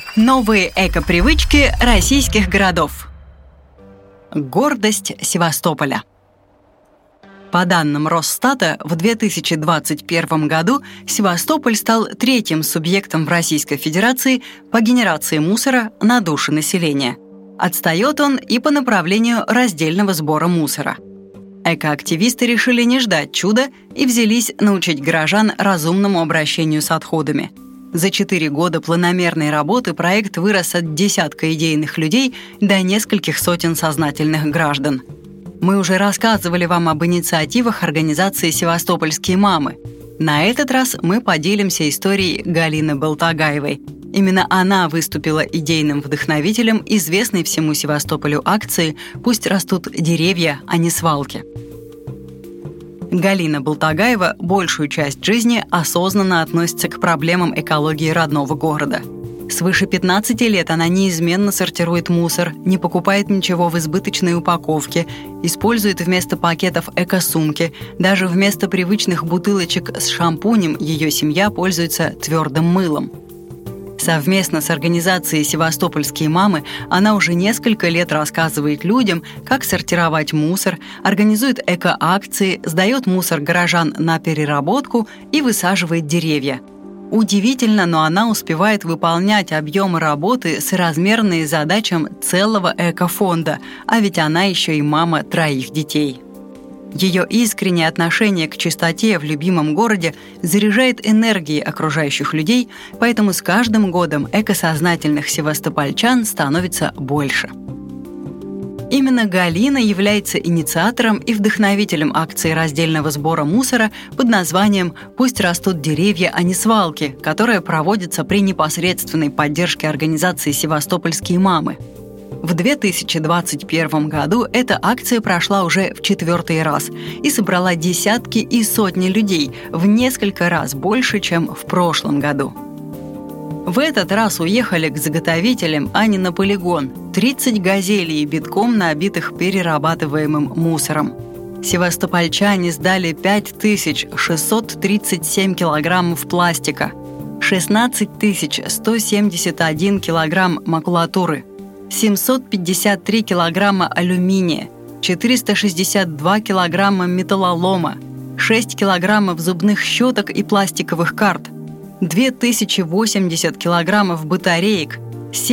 Новые эко-привычки российских городов. Гордость Севастополя. По данным Росстата, в 2021 году Севастополь стал третьим субъектом в Российской Федерации по генерации мусора на душу населения. Отстает он и по направлению раздельного сбора мусора. Экоактивисты решили не ждать чуда и взялись научить горожан разумному обращению с отходами. За 4 года планомерной работы проект вырос от десятка идейных людей до нескольких сотен сознательных граждан. Мы уже рассказывали вам об инициативах организации «Севастопольские мамы». На этот раз мы поделимся историей Галины Болтагаевой. Именно она выступила идейным вдохновителем известной всему Севастополю акции «Пусть растут деревья, а не свалки». Галина Болтагаева большую часть жизни осознанно относится к проблемам экологии родного города. Свыше 15 лет она неизменно сортирует мусор, не покупает ничего в избыточной упаковке, использует вместо пакетов эко-сумки, даже вместо привычных бутылочек с шампунем ее семья пользуется твердым мылом. Совместно с организацией «Севастопольские мамы» она уже несколько лет рассказывает людям, как сортировать мусор, организует эко-акции, сдает мусор горожан на переработку и высаживает деревья. Удивительно, но она успевает выполнять объемы работы, соразмерные задачам целого экофонда, а ведь она еще и мама 3 детей. Ее искреннее отношение к чистоте в любимом городе заряжает энергией окружающих людей, поэтому с каждым годом экосознательных севастопольчан становится больше. Именно Галина является инициатором и вдохновителем акции раздельного сбора мусора под названием «Пусть растут деревья, а не свалки», которая проводится при непосредственной поддержке организации «Севастопольские мамы». В 2021 году эта акция прошла уже в 4-й раз и собрала десятки и сотни людей, в несколько раз больше, чем в прошлом году. В этот раз уехали к заготовителям, а не на полигон. 30 газелей, битком набитых перерабатываемым мусором. Севастопольчане сдали 5637 килограммов пластика, 16171 килограмм макулатуры, 753 килограмма алюминия, 462 килограмма металлолома, 6 килограммов зубных щеток и пластиковых карт, 2080 килограммов батареек,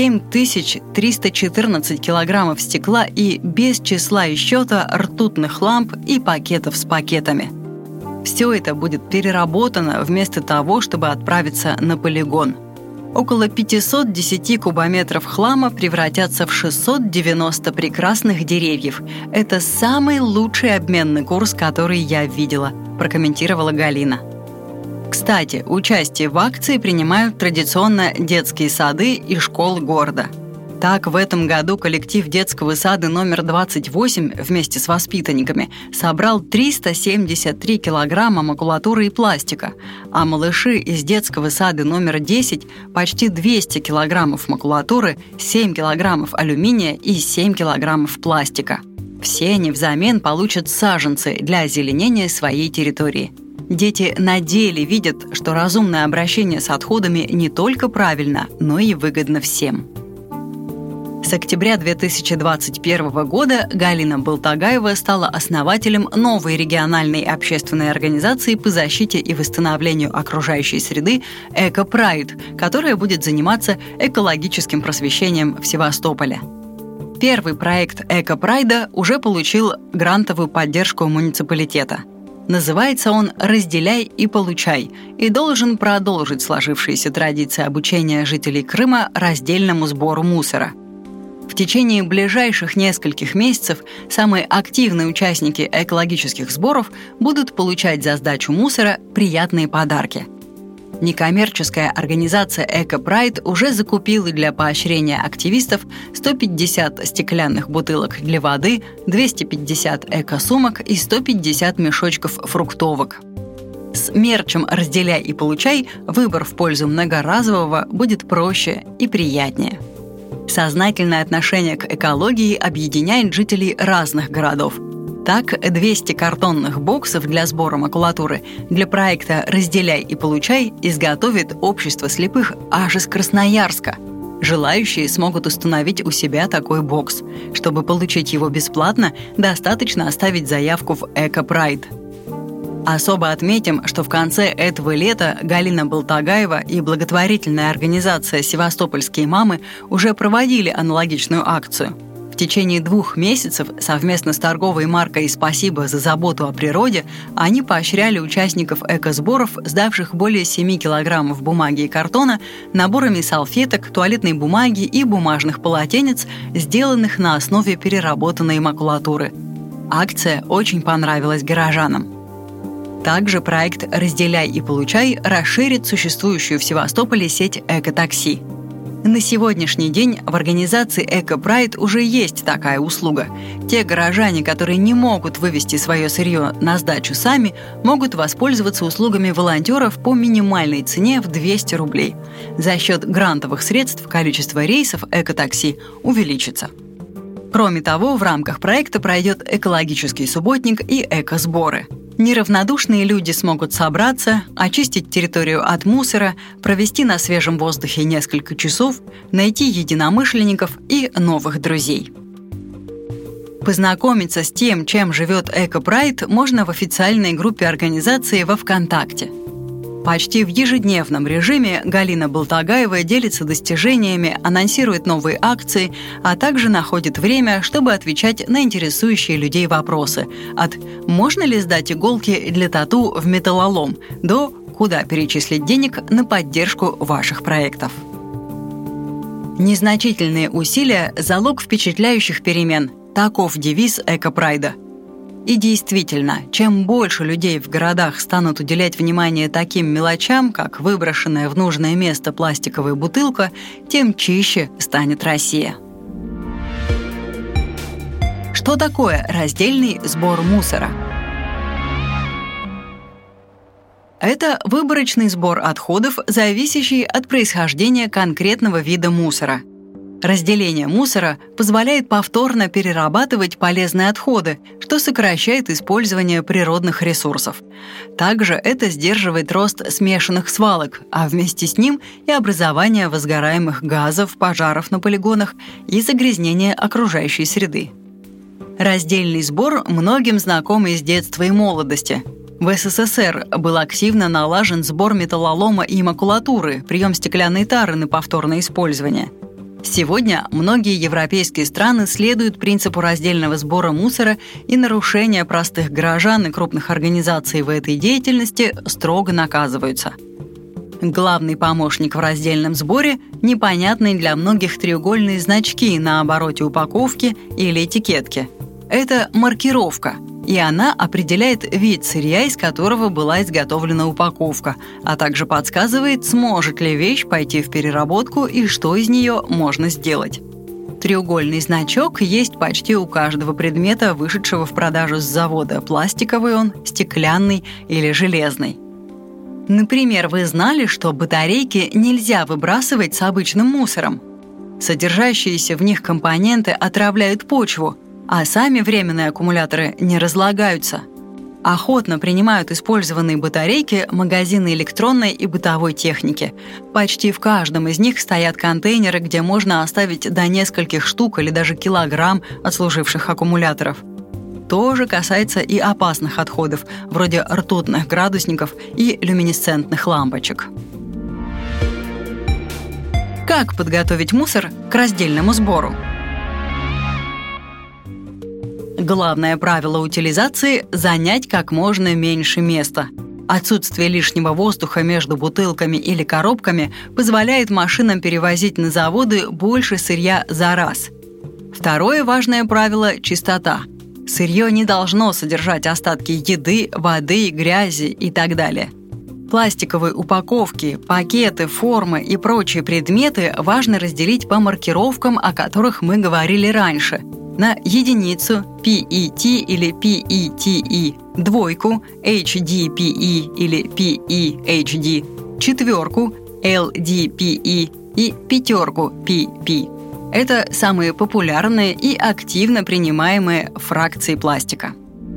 7314 килограммов стекла и без числа и счета ртутных ламп и пакетов с пакетами. Все это будет переработано вместо того, чтобы отправиться на полигон. Около 510 кубометров хлама превратятся в 690 прекрасных деревьев. Это самый лучший обменный курс, который я видела, прокомментировала Галина. Кстати, участие в акции принимают традиционно детские сады и школы города. Так, в этом году коллектив детского сада номер 28 вместе с воспитанниками собрал 373 килограмма макулатуры и пластика, а малыши из детского сада номер 10 почти 200 килограммов макулатуры, 7 килограммов алюминия и 7 килограммов пластика. Все они взамен получат саженцы для озеленения своей территории. Дети на деле видят, что разумное обращение с отходами не только правильно, но и выгодно всем. С октября 2021 года Галина Болтагаева стала основателем новой региональной общественной организации по защите и восстановлению окружающей среды «Эко-Прайд», которая будет заниматься экологическим просвещением в Севастополе. Первый проект «Эко-Прайда» уже получил грантовую поддержку муниципалитета. Называется он «Разделяй и получай» и должен продолжить сложившиеся традиции обучения жителей Крыма раздельному сбору мусора. В течение ближайших нескольких месяцев самые активные участники экологических сборов будут получать за сдачу мусора приятные подарки. Некоммерческая организация «Эко-Прайд» уже закупила для поощрения активистов 150 стеклянных бутылок для воды, 250 эко-сумок и 150 мешочков фруктовок. С мерчем «Разделяй и получай» выбор в пользу многоразового будет проще и приятнее. Сознательное отношение к экологии объединяет жителей разных городов. Так, 200 картонных боксов для сбора макулатуры для проекта «Разделяй и получай» изготовит общество слепых аж из Красноярска. Желающие смогут установить у себя такой бокс. Чтобы получить его бесплатно, достаточно оставить заявку в Эко-Прайд. Особо отметим, что в конце этого лета Галина Болтагаева и благотворительная организация «Севастопольские мамы» уже проводили аналогичную акцию. В течение 2 месяцев совместно с торговой маркой «Спасибо за заботу о природе» они поощряли участников экосборов, сдавших более 7 килограммов бумаги и картона, наборами салфеток, туалетной бумаги и бумажных полотенец, сделанных на основе переработанной макулатуры. Акция очень понравилась горожанам. Также проект «Разделяй и получай» расширит существующую в Севастополе сеть экотакси. На сегодняшний день в организации Эко-Прайд уже есть такая услуга. Те горожане, которые не могут вывести свое сырье на сдачу сами, могут воспользоваться услугами волонтеров по минимальной цене в 200 рублей. За счет грантовых средств количество рейсов экотакси увеличится. Кроме того, в рамках проекта пройдет экологический субботник и экосборы. Неравнодушные люди смогут собраться, очистить территорию от мусора, провести на свежем воздухе несколько часов, найти единомышленников и новых друзей. Познакомиться с тем, чем живет Эко-Прайд, можно в официальной группе организации во ВКонтакте. Почти в ежедневном режиме Галина Болтагаева делится достижениями, анонсирует новые акции, а также находит время, чтобы отвечать на интересующие людей вопросы. От «можно ли сдать иголки для тату в металлолом?» до «куда перечислить денег на поддержку ваших проектов?». Незначительные усилия – залог впечатляющих перемен. Таков девиз Эко-Прайда. И действительно, чем больше людей в городах станут уделять внимание таким мелочам, как выброшенная в нужное место пластиковая бутылка, тем чище станет Россия. Что такое раздельный сбор мусора? Это выборочный сбор отходов, зависящий от происхождения конкретного вида мусора. Разделение мусора позволяет повторно перерабатывать полезные отходы, что сокращает использование природных ресурсов. Также это сдерживает рост смешанных свалок, а вместе с ним и образование возгораемых газов, пожаров на полигонах и загрязнение окружающей среды. Раздельный сбор многим знаком из детства и молодости. В СССР был активно налажен сбор металлолома и макулатуры, прием стеклянной тары на повторное использование. Сегодня многие европейские страны следуют принципу раздельного сбора мусора, и нарушения простых горожан и крупных организаций в этой деятельности строго наказываются. Главный помощник в раздельном сборе – непонятные для многих треугольные значки на обороте упаковки или этикетки. Это маркировка, и она определяет вид сырья, из которого была изготовлена упаковка, а также подсказывает, сможет ли вещь пойти в переработку и что из нее можно сделать. Треугольный значок есть почти у каждого предмета, вышедшего в продажу с завода, пластиковый он, стеклянный или железный. Например, вы знали, что батарейки нельзя выбрасывать с обычным мусором? Содержащиеся в них компоненты отравляют почву, а сами временные аккумуляторы не разлагаются. Охотно принимают использованные батарейки магазины электронной и бытовой техники. Почти в каждом из них стоят контейнеры, где можно оставить до нескольких штук или даже килограмм отслуживших аккумуляторов. То же касается и опасных отходов, вроде ртутных градусников и люминесцентных лампочек. Как подготовить мусор к раздельному сбору? Главное правило утилизации – занять как можно меньше места. Отсутствие лишнего воздуха между бутылками или коробками позволяет машинам перевозить на заводы больше сырья за раз. Второе важное правило – чистота. Сырье не должно содержать остатки еды, воды, грязи и так далее. Пластиковые упаковки, пакеты, формы и прочие предметы важно разделить по маркировкам, о которых мы говорили раньше – на единицу PET или PETE, двойку HDPE или PEHD, четверку LDPE и пятерку PP. Это самые популярные и активно принимаемые фракции пластика.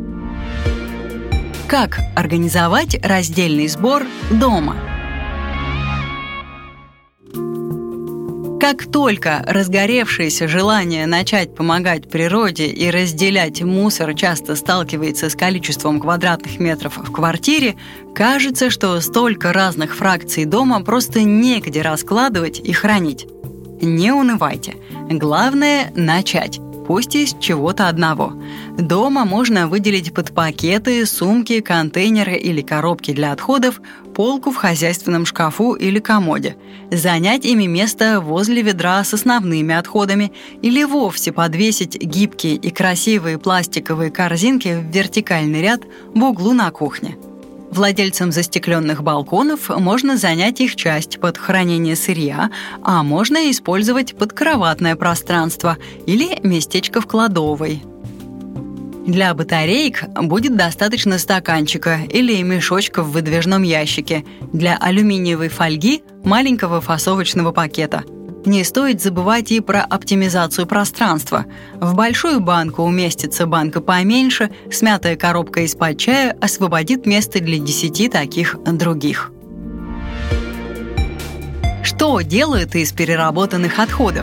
Как организовать раздельный сбор дома? Как только разгоревшееся желание начать помогать природе и разделять мусор часто сталкивается с количеством квадратных метров в квартире, кажется, что столько разных фракций дома просто негде раскладывать и хранить. Не унывайте. Главное – начать. Пусть из чего-то одного. Дома можно выделить под пакеты, сумки, контейнеры или коробки для отходов полку в хозяйственном шкафу или комоде, занять ими место возле ведра с основными отходами или вовсе подвесить гибкие и красивые пластиковые корзинки в вертикальный ряд в углу на кухне. Владельцам застекленных балконов можно занять их часть под хранение сырья, а можно использовать подкроватное пространство или местечко в кладовой. Для батареек будет достаточно стаканчика или мешочка в выдвижном ящике, для алюминиевой фольги – маленького фасовочного пакета. Не стоит забывать и про оптимизацию пространства. В большую банку уместится банка поменьше, смятая коробка из-под чая освободит место для 10 таких других. Что делают из переработанных отходов?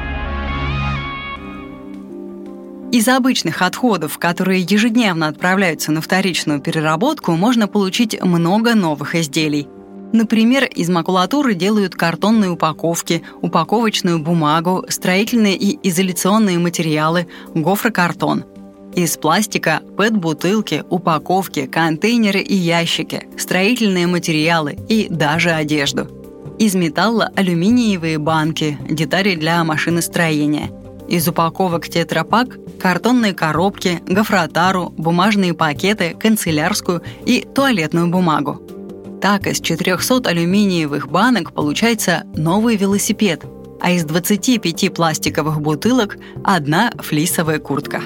Из обычных отходов, которые ежедневно отправляются на вторичную переработку, можно получить много новых изделий. Например, из макулатуры делают картонные упаковки, упаковочную бумагу, строительные и изоляционные материалы, гофрокартон. Из пластика – ПЭТ-бутылки, упаковки, контейнеры и ящики, строительные материалы и даже одежду. Из металла – алюминиевые банки, детали для машиностроения. Из упаковок тетрапак – картонные коробки, гофротару, бумажные пакеты, канцелярскую и туалетную бумагу. Так, из 400 алюминиевых банок получается новый велосипед, а из 25 пластиковых бутылок – одна флисовая куртка.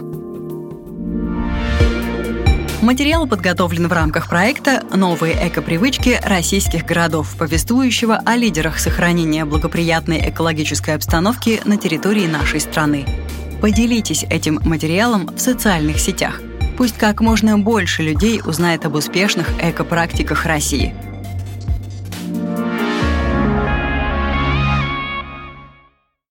Материал подготовлен в рамках проекта «Новые экопривычки российских городов», повествующего о лидерах сохранения благоприятной экологической обстановки на территории нашей страны. Поделитесь этим материалом в социальных сетях. Пусть как можно больше людей узнает об успешных экопрактиках России.